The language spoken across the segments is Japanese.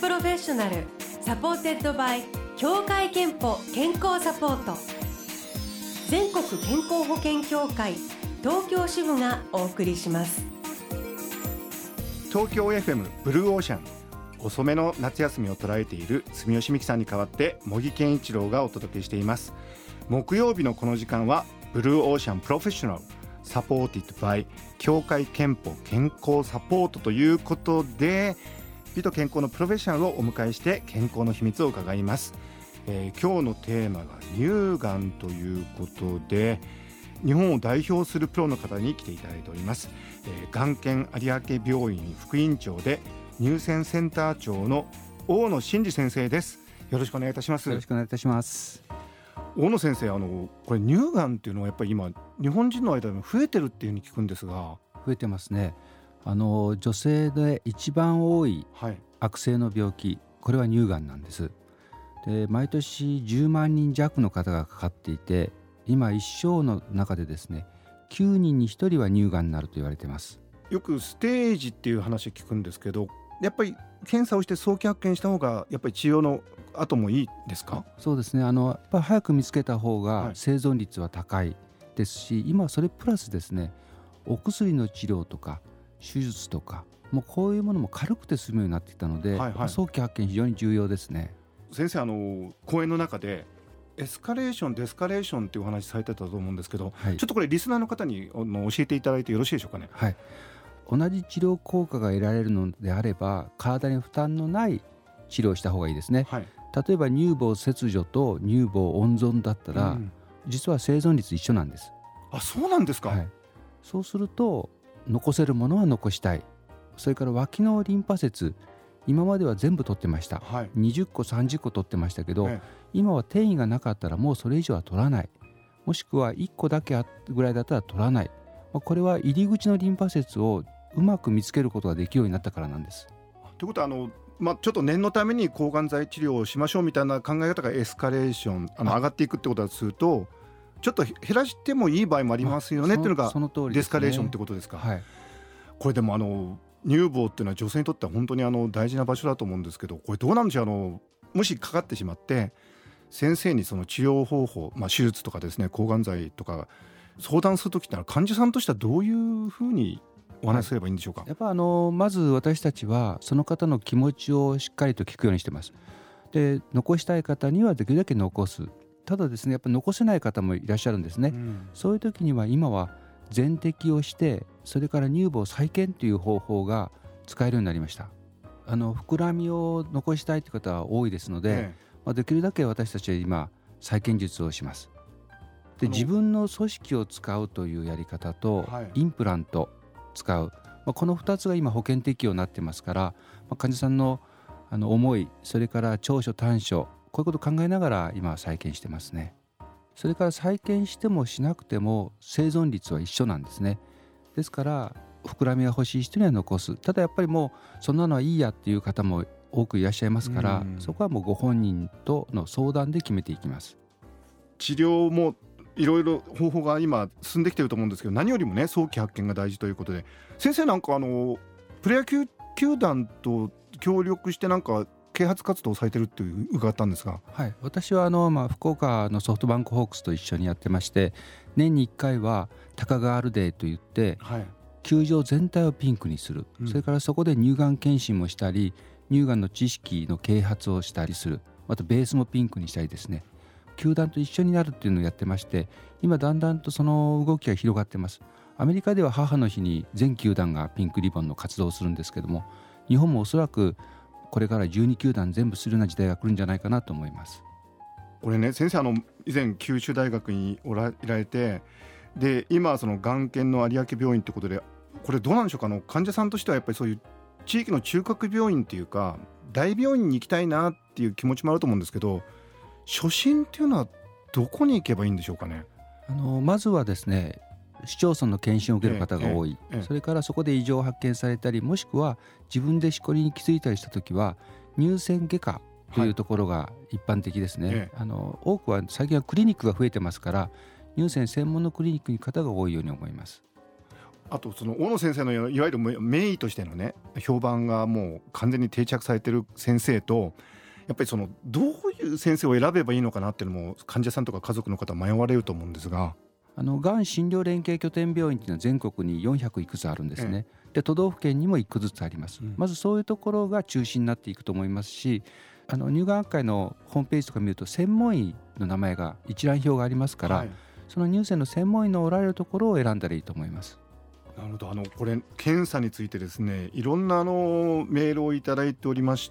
プロフェッショナルサポーテッドバイ協会憲法健康サポート、全国健康保険協会東京支部がお送りします。 東京 FM ブルーオーシャン、遅めの夏休みを捉えている住吉美希さんに代わって茂木健一郎がお届けしています。木曜日のこの時間はブルーオーシャンプロフェッショナルサポーティッドバイ協会憲法健康サポートということで、美と健康のプロフェッショナルをお迎えして健康の秘密を伺います。今日のテーマが乳がんということで、日本を代表するプロの方に来ていただいております。がん研有明病院副院長で乳腺センター長の大野真二先生です。よろしくお願いいたします。 よろしくお願いいたします。 大野先生、これ乳がんっていうのはやっぱり今日本人の間でも増えてるっていうふうに聞くんですが。 増えてますね。女性で一番多い悪性の病気、これは乳がんなんです。で、毎年10万人弱の方がかかっていて、今一生の中でですね、9人に1人は乳がんになると言われています。 よくステージっていう話を聞くんですけど、やっぱり検査をして早期発見した方がやっぱり治療の後もいいですか？ そうですね。やっぱり早く見つけた方が生存率は高いですし、今それプラスですね、お薬の治療とか手術とかもうこういうものも軽くて済むようになってきたので、早期発見非常に重要ですね。 先生、講演の中でエスカレーションデスカレーションっていうお話されてたと思うんですけど、ちょっとこれリスナーの方に教えていただいてよろしいでしょうかね？ はい、同じ治療効果が得られるのであれば体に負担のない治療をした方がいいですね。例えば乳房切除と乳房温存だったら、実は生存率一緒なんです。 あ、そうなんですか？ そうすると残せるものは残したい。それから脇のリンパ節、今までは全部取ってました、20個30個取ってましたけど、今は転移がなかったらもうそれ以上は取らない、もしくは1個だけぐらいだったら取らない、これは入り口のリンパ節をうまく見つけることができるようになったからなんです。 ということはちょっと念のために抗がん剤治療をしましょうみたいな考え方がエスカレーション上がっていくってことだとすると、ちょっと減らしてもいい場合もありますよねっていうのがデスカレーションってことですか？これでも乳房っていうのは女性にとっては本当に大事な場所だと思うんですけど、これどうなんでしょう。もしかかってしまって先生にその治療方法、手術とかですね、抗がん剤とか相談するときってのは患者さんとしてはどういうふうにお話しすればいいんでしょうか？ やっぱまず私たちはその方の気持ちをしっかりと聞くようにしてます。で、残したい方にはできるだけ残す。ただですね、やっぱり残せない方もいらっしゃるんですね。そういう時には今は全摘をして、それから乳房再建という方法が使えるようになりました。膨らみを残したいという方は多いですので、できるだけ私たちは今再建術をします。で、自分の組織を使うというやり方と、インプラント使う、この2つが今保険適用になってますから、患者さんの思い、それから長所短所、こういうことを考えながら今再建してますね。それから再建してもしなくても生存率は一緒なんですね。ですから膨らみが欲しい人には残す。ただやっぱりもうそんなのはいいやっていう方も多くいらっしゃいますから、そこはもうご本人との相談で決めていきます。 治療もいろいろ方法が今進んできていると思うんですけど、何よりもね、早期発見が大事ということで、先生なんかプロ野球球団と協力してなんか啓発活動をされてるって伺ったんですが。 私は福岡のソフトバンクホークスと一緒にやってまして、年に1回はタカガールデーといって、球場全体をピンクにする、それからそこで乳がん検診もしたり、乳がんの知識の啓発をしたりする、またベースもピンクにしたりですね、球団と一緒になるっていうのをやってまして、今だんだんとその動きが広がってます。アメリカでは母の日に全球団がピンクリボンの活動をするんですけども、日本もおそらくこれから12球団全部するような時代が来るんじゃないかなと思います。 これね、先生以前九州大学にいられて、で今そのがん研の有明病院ということで、これどうなんでしょうか？患者さんとしてはやっぱりそういう地域の中核病院っていうか大病院に行きたいなっていう気持ちもあると思うんですけど、初診っていうのはどこに行けばいいんでしょうかね？ まずはですね、市町村の検診を受ける方が多い、それからそこで異常を発見されたり、もしくは自分でしこりに気づいたりしたときは乳腺外科というところが一般的ですね。多くは最近はクリニックが増えてますから、乳腺専門のクリニックに方が多いように思います。 あとその大野先生のいわゆる名医としてのね評判がもう完全に定着されてる先生と、やっぱりそのどういう先生を選べばいいのかなっていうのも患者さんとか家族の方迷われると思うんですが、 がん診療連携拠点病院というのは全国に400いくつあるんですね。で都道府県にも1個ずつあります。まずそういうところが中心になっていくと思いますし、乳がん学会のホームページとか見ると専門医の名前が一覧表がありますから、その乳腺の専門医のおられるところを選んだらいいと思います。 なるほど。これ検査についてですね、いろんなメールをいただいておりまして、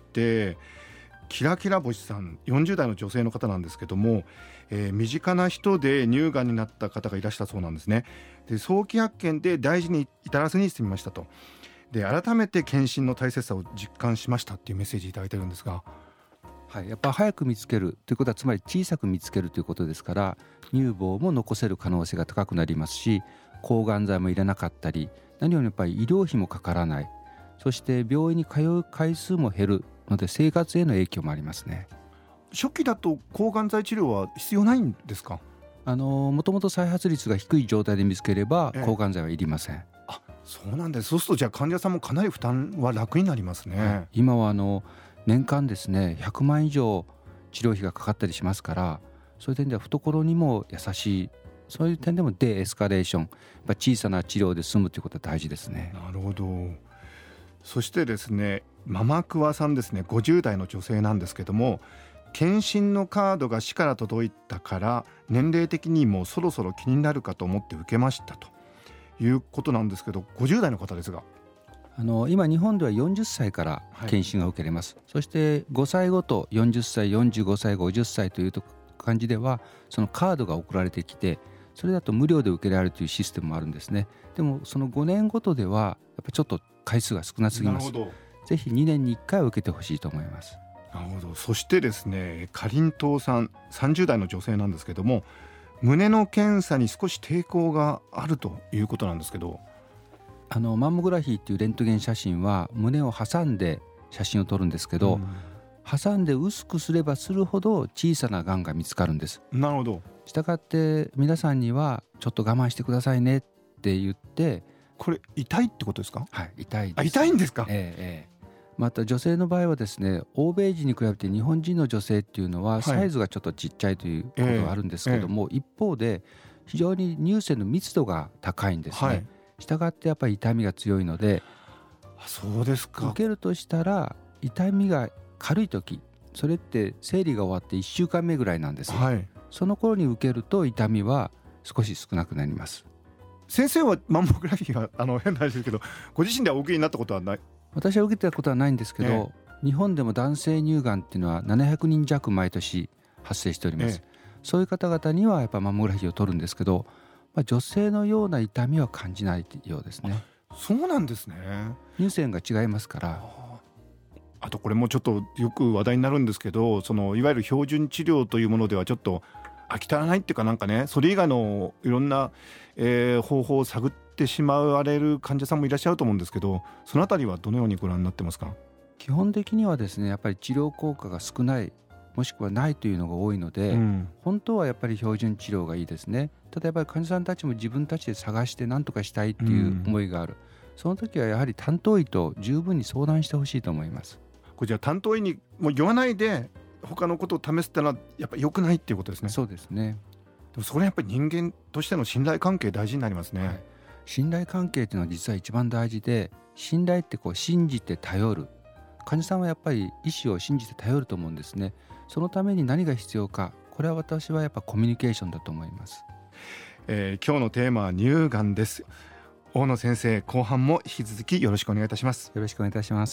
キラキラ星さん40代の女性の方なんですけども、身近な人で乳がんになった方がいらしたそうなんですね。で早期発見で大事に至らずに済みましたと。で改めて検診の大切さを実感しましたっていうメッセージいただいてるんですが、 やっぱ早く見つけるということはつまり小さく見つけるということですから、乳房も残せる可能性が高くなりますし、抗がん剤も入れなかったり、何よりやっぱり医療費もかからない、そして病院に通う回数も減るので生活への影響もありますね。 初期だと抗がん剤治療は必要ないんですか？ もともと再発率が低い状態で見つければ抗がん剤はいりません。 そうなんです。そうするとじゃあ患者さんもかなり負担は楽になりますね。 今は年間ですね100万以上治療費がかかったりしますから、そういう点では懐にも優しい、そういう点でもデエスカレーション、小さな治療で済むということは大事ですね。 なるほど。そしてですね、ママクワさんですね、50代の女性なんですけども、検診のカードが市から届いたから年齢的にもそろそろ気になるかと思って受けましたということなんですけど、50代の方ですが、 今日本では40歳から検診が受けれます、そして5歳ごと40歳45歳50歳という感じではそのカードが送られてきて、それだと無料で受けられるというシステムもあるんですね。でもその5年ごとではやっぱちょっと回数が少なすぎます。ぜひ2年に1回受けてほしいと思います。 なるほど。そしてですね、かりんとうさん30代の女性なんですけども、胸の検査に少し抵抗があるということなんですけど、 マンモグラフィーっていうレントゲン写真は胸を挟んで写真を撮るんですけど、挟んで薄くすればするほど小さながんが見つかるんです。 なるほど。 したがって皆さんにはちょっと我慢してくださいねって言って。 これ痛いってことですか？ はい、痛いです。 痛いんですか？ また女性の場合はですね、欧米人に比べて日本人の女性っていうのはサイズがちょっとちっちゃいということがあるんですけども、一方で非常に乳腺の密度が高いんですね。したがってやっぱり痛みが強いので、 そうですか。 受けるとしたら痛みが軽い時、それって生理が終わって1週間目ぐらいなんです、その頃に受けると痛みは少し少なくなります。 先生はマンモグラフィーが変な話ですけど、ご自身ではお受けになったことはない？ 私は受けたことはないんですけど、日本でも男性乳がんっていうのは700人弱毎年発生しております、そういう方々にはやっぱマンモグラフィーを取るんですけど、女性のような痛みは感じないようですね。 そうなんですね。 乳腺が違いますから。 あとこれもちょっとよく話題になるんですけど、そのいわゆる標準治療というものではちょっと飽き足らないっていうか、なんかね、それ以外のいろんな、方法を探ってしまわれる患者さんもいらっしゃると思うんですけど、そのあたりはどのようにご覧になってますか？ 基本的にはですね、やっぱり治療効果が少ないもしくはないというのが多いので、本当はやっぱり標準治療がいいですね。ただやっぱり患者さんたちも自分たちで探して何とかしたいっていう思いがある、その時はやはり担当医と十分に相談してほしいと思います。 これじゃあ担当医にも言わないで他のことを試すってのはやっぱり良くないっていうことですね。 そうですね。 でもそれはやっぱり人間としての信頼関係大事になりますね、 信頼関係っていうのは実は一番大事で、信頼って信じて頼る、患者さんはやっぱり医師を信じて頼ると思うんですね。そのために何が必要か、これは私はやっぱコミュニケーションだと思います。 今日のテーマは乳がんです。大野先生、後半も引き続きよろしくお願いいたします。 よろしくお願いいたします。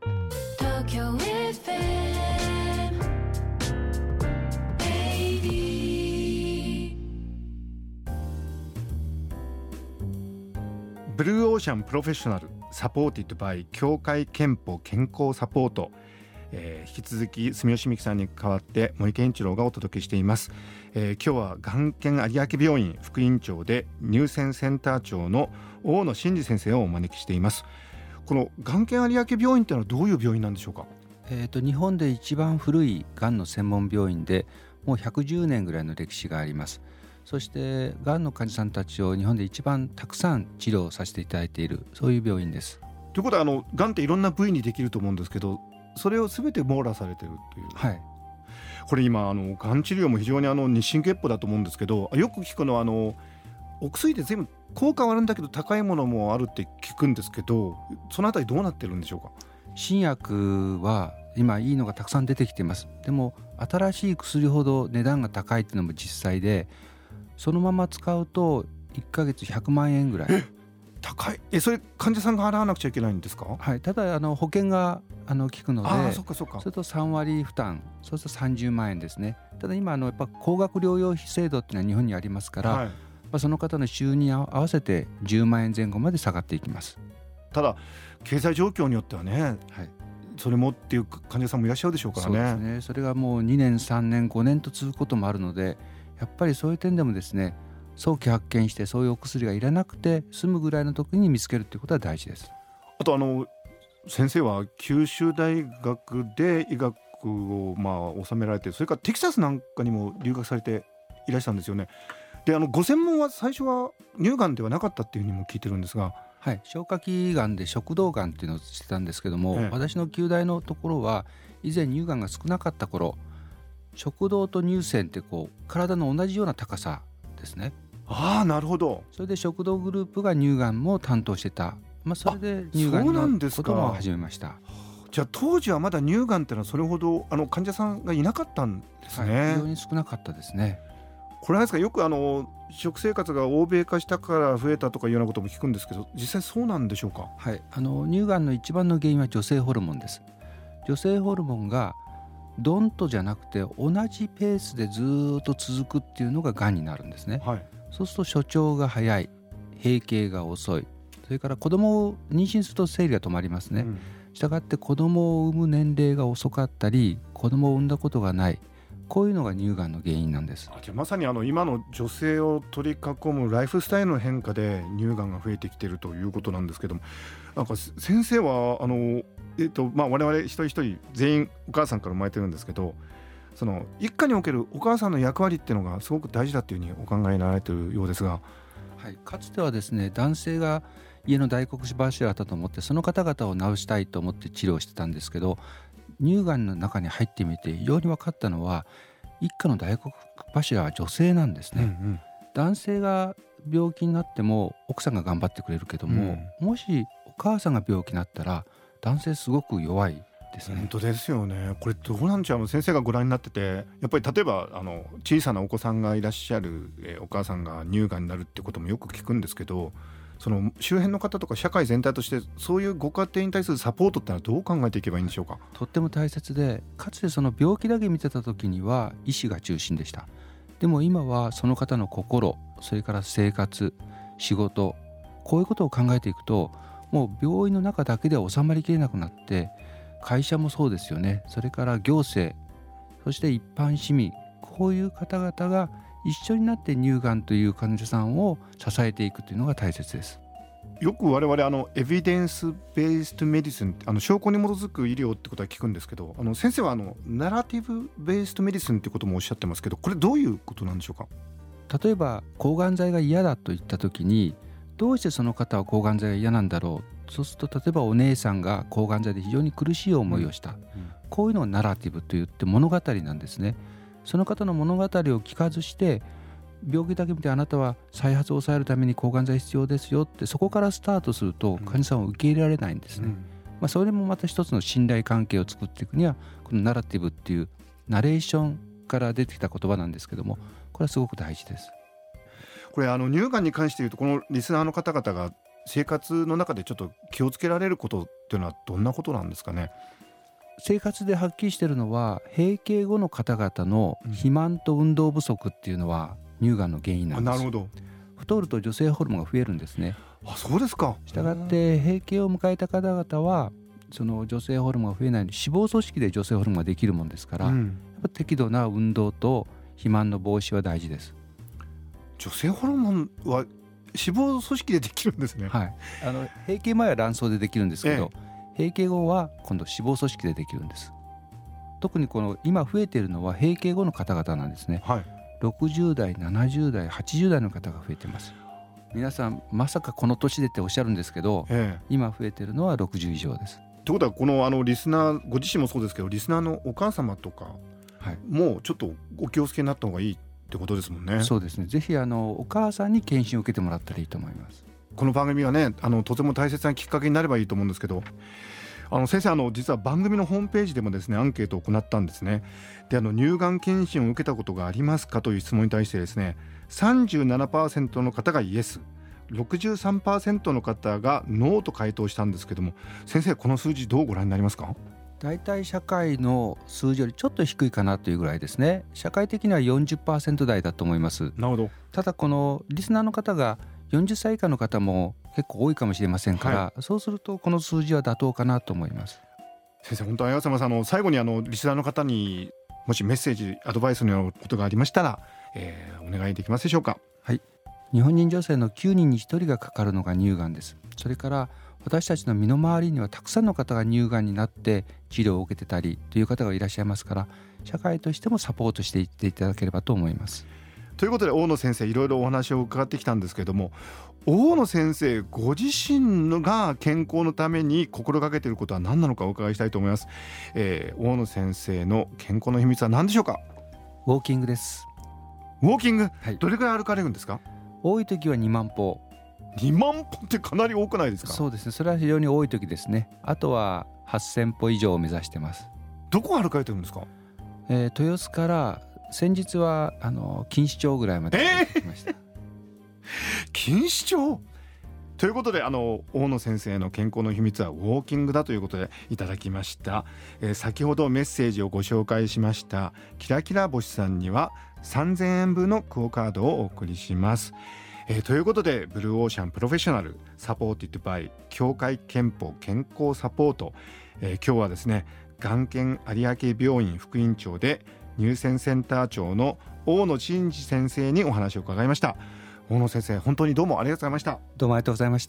ブルーオーシャンプロフェッショナルサポーティッドバイ協会憲法健康サポート、引き続き住吉美希さんに代わって森健一郎がお届けしています。今日はがん研有明病院副院長で乳腺センター長の大野真二先生をお招きしています。このがん研有明病院というのはどういう病院なんでしょうか？ 日本で一番古いがんの専門病院で、もう110年ぐらいの歴史があります。 そしてがんの患者さんたちを日本で一番たくさん治療させていただいている、そういう病院です。 ということはがんっていろんな部位にできると思うんですけど、それを全て網羅されてるという。 はい、 これ今がん治療も非常に日進月歩だと思うんですけど、よく聞くのはお薬で全部効果はあるんだけど高いものもあるって聞くんですけど、そのあたりどうなってるんでしょうか。 新薬は今いいのがたくさん出てきています。でも新しい薬ほど値段が高いっていうのも実際で、そのまま使うと1ヶ月100万円ぐらい。 高い。それ患者さんが払わなくちゃいけないんですか。 はい、ただ保険が効くので、 そっかそっか。 それと3割負担、そうすると30万円ですね。ただ今やっぱ高額療養費制度っていうのは日本にありますから、 はい、 その方の収入に合わせて10万円前後まで下がっていきます。 ただ経済状況によってはね、 はい、 それもっていう患者さんもいらっしゃるでしょうからね。 そうですね。それがもう2年3年5年と続くこともあるので、やっぱりそういう点でもですね、早期発見してそういうお薬がいらなくて済むぐらいの時に見つけるということは大事です。 あと先生は九州大学で医学を収められて、それからテキサスなんかにも留学されていらっしゃるんですよね。でご専門は最初は乳がんではなかったっていうふうにも聞いてるんですが。 はい、消化器がんで食道がんっていうのをしてたんですけども、私の旧大のところは以前乳がんが少なかった頃、食道と乳腺って体の同じような高さですね。 なるほど。 それで食道グループが乳がんも担当してた、それで乳がんのことも始めました。 じゃあ当時はまだ乳がんっていうのはそれほど患者さんがいなかったんですね。 はい、非常に少なかったですね。 これはですか、よく食生活が欧米化したから増えたとかいうようなことも聞くんですけど、実際そうなんでしょうか。 はい、乳がんの一番の原因は女性ホルモンです。女性ホルモンがドンとじゃなくて同じペースでずっと続くっていうのががんになるんですね。 はい、 そうすると初潮が早い、閉経が遅い、それから子供を妊娠すると生理が止まりますね。したがって子供を産む年齢が遅かったり、子供を産んだことがない、こういうのが乳がんの原因なんです。 じゃあまさに今の女性を取り囲むライフスタイルの変化で乳がんが増えてきているということなんですけども、なんか先生は我々一人一人全員お母さんから生まれてるんですけど、その一家におけるお母さんの役割っていうのがすごく大事だというふうにお考えになられているようですが。 はい、かつてはですね、男性が家の大黒柱だったと思って、その方々を治したいと思って治療してたんですけど、乳がんの中に入ってみて非常に分かったのは、一家の大黒柱は女性なんですね。男性が病気になっても奥さんが頑張ってくれるけども、もしお母さんが病気になったら男性すごく弱いですね。 本当ですよね。これどうなんちゃう。先生がご覧になってて、やっぱり例えば小さなお子さんがいらっしゃる、お母さんが乳がんになるってこともよく聞くんですけど、その周辺の方とか社会全体としてそういうご家庭に対するサポートってのはどう考えていけばいいんでしょうか。 とっても大切で、かつてその病気だけ見てた時には医師が中心でした。でも今はその方の心、それから生活、仕事、こういうことを考えていくと、もう病院の中だけでは収まりきれなくなって、会社もそうですよね、それから行政、そして一般市民、こういう方々が一緒になって乳がんという患者さんを支えていくというのが大切です。 よく我々エビデンスベースドメディスン、証拠に基づく医療ってことは聞くんですけど、先生はナラティブベースドメディスンってこともおっしゃってますけど、これどういうことなんでしょうか。 例えば抗がん剤が嫌だと言った時に、どうしてその方は抗がん剤が嫌なんだろう。そうすると例えばお姉さんが抗がん剤で非常に苦しい思いをした、こういうのをナラティブと言って物語なんですね。その方の物語を聞かずして、病気だけ見てあなたは再発を抑えるために抗がん剤必要ですよって、そこからスタートすると患者さんを受け入れられないんですね。それもまた一つの信頼関係を作っていくには、このナラティブっていうナレーションから出てきた言葉なんですけども、これはすごく大事です。 これ乳がんに関して言うと、このリスナーの方々が生活の中でちょっと気をつけられることっていうのはどんなことなんですかね。 生活ではっきりしているのは、閉経後の方々の肥満と運動不足っていうのは乳がんの原因なんです。 なるほど。 太ると女性ホルモンが増えるんですね。 そうですか。 したがって閉経を迎えた方々は、その女性ホルモンが増えないように脂肪組織で女性ホルモンができるもんですから、やっぱ適度な運動と肥満の防止は大事です。 女性ホルモンは脂肪組織でできるんですね。 はい、閉経前は卵巣でできるんですけど、閉経後は今度脂肪組織でできるんです。特にこの今増えているのは閉経後の方々なんですね。 60代70代80代の方が増えています。皆さんまさかこの年でっておっしゃるんですけど、今増えているのは60以上です。 ということはこのリスナーご自身もそうですけど、リスナーのお母様とかもうちょっとお気をつけになった方がいいってことですもんね。 そうですね。ぜひお母さんに検診を受けてもらったらいいと思います。 この番組はねとても大切なきっかけになればいいと思うんですけど、先生実は番組のホームページでもですねアンケートを行ったんですね。で乳がん検診を受けたことがありますかという質問に対してですね 37% の方がイエス、63% の方がノーと回答したんですけども、先生この数字どうご覧になりますか？ 大体社会の数字よりちょっと低いかなというぐらいですね。社会的には 40% 台だと思います。 なるほど。 ただこのリスナーの方が40歳以下の方も結構多いかもしれませんから、そうするとこの数字は妥当かなと思います。 先生本当ありがとうございます。最後にリスナーの方にもしメッセージアドバイスのようなことがありましたら、お願いできますでしょうか？ はい、日本人女性の9人に1人がかかるのが乳がんです。それから私たちの身の回りにはたくさんの方が乳がんになって治療を受けてたりという方がいらっしゃいますから、社会としてもサポートしていっていただければと思います。 ということで大野先生いろいろお話を伺ってきたんですけれども、大野先生ご自身が健康のために心がけていることは何なのかお伺いしたいと思います。大野先生の健康の秘密は何でしょうか？ ウォーキングです。 ウォーキング、 はい、 どれくらい歩かれるんですか？ 多い時は2万歩。 2万歩ってかなり多くないですか？ そうですね、それは非常に多い時ですね。あとは8000歩以上を目指してます。 どこ歩かれてるんですか？ 豊洲から先日は錦糸町ぐらいまで行きました。 錦糸町ということで大野先生の健康の秘密はウォーキングだということでいただきました。先ほどメッセージをご紹介しましたキラキラ星さんには3000円分のクオカードをお送りします。ということでブルーオーシャンプロフェッショナルサポーティッドバイ協会憲法健康サポート、今日はですねがん研有明病院副院長で乳腺センター長の大野真二先生にお話を伺いました。大野先生本当にどうもありがとうございました。 どうもありがとうございました。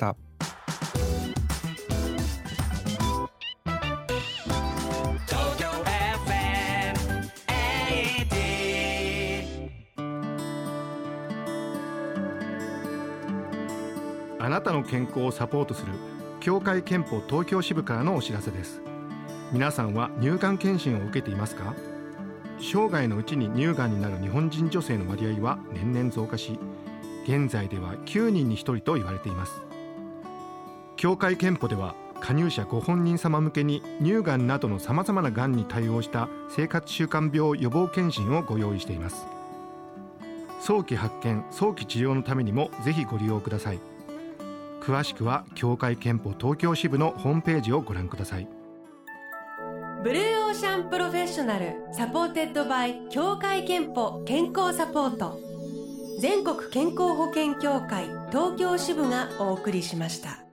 あなたの健康をサポートする協会憲法東京支部からのお知らせです。皆さんは乳がん検診を受けていますか？生涯のうちに乳がんになる日本人女性の割合は年々増加し、現在では9人に1人と言われています。協会憲法では加入者ご本人様向けに乳がんなどのさまざまながんに対応した生活習慣病予防検診をご用意しています。早期発見早期治療のためにもぜひご利用ください。詳しくは協会憲法東京支部のホームページをご覧ください。 ブルーオーシャンプロフェッショナルサポーテッドバイ協会憲法健康サポート、全国健康保険協会東京支部がお送りしました。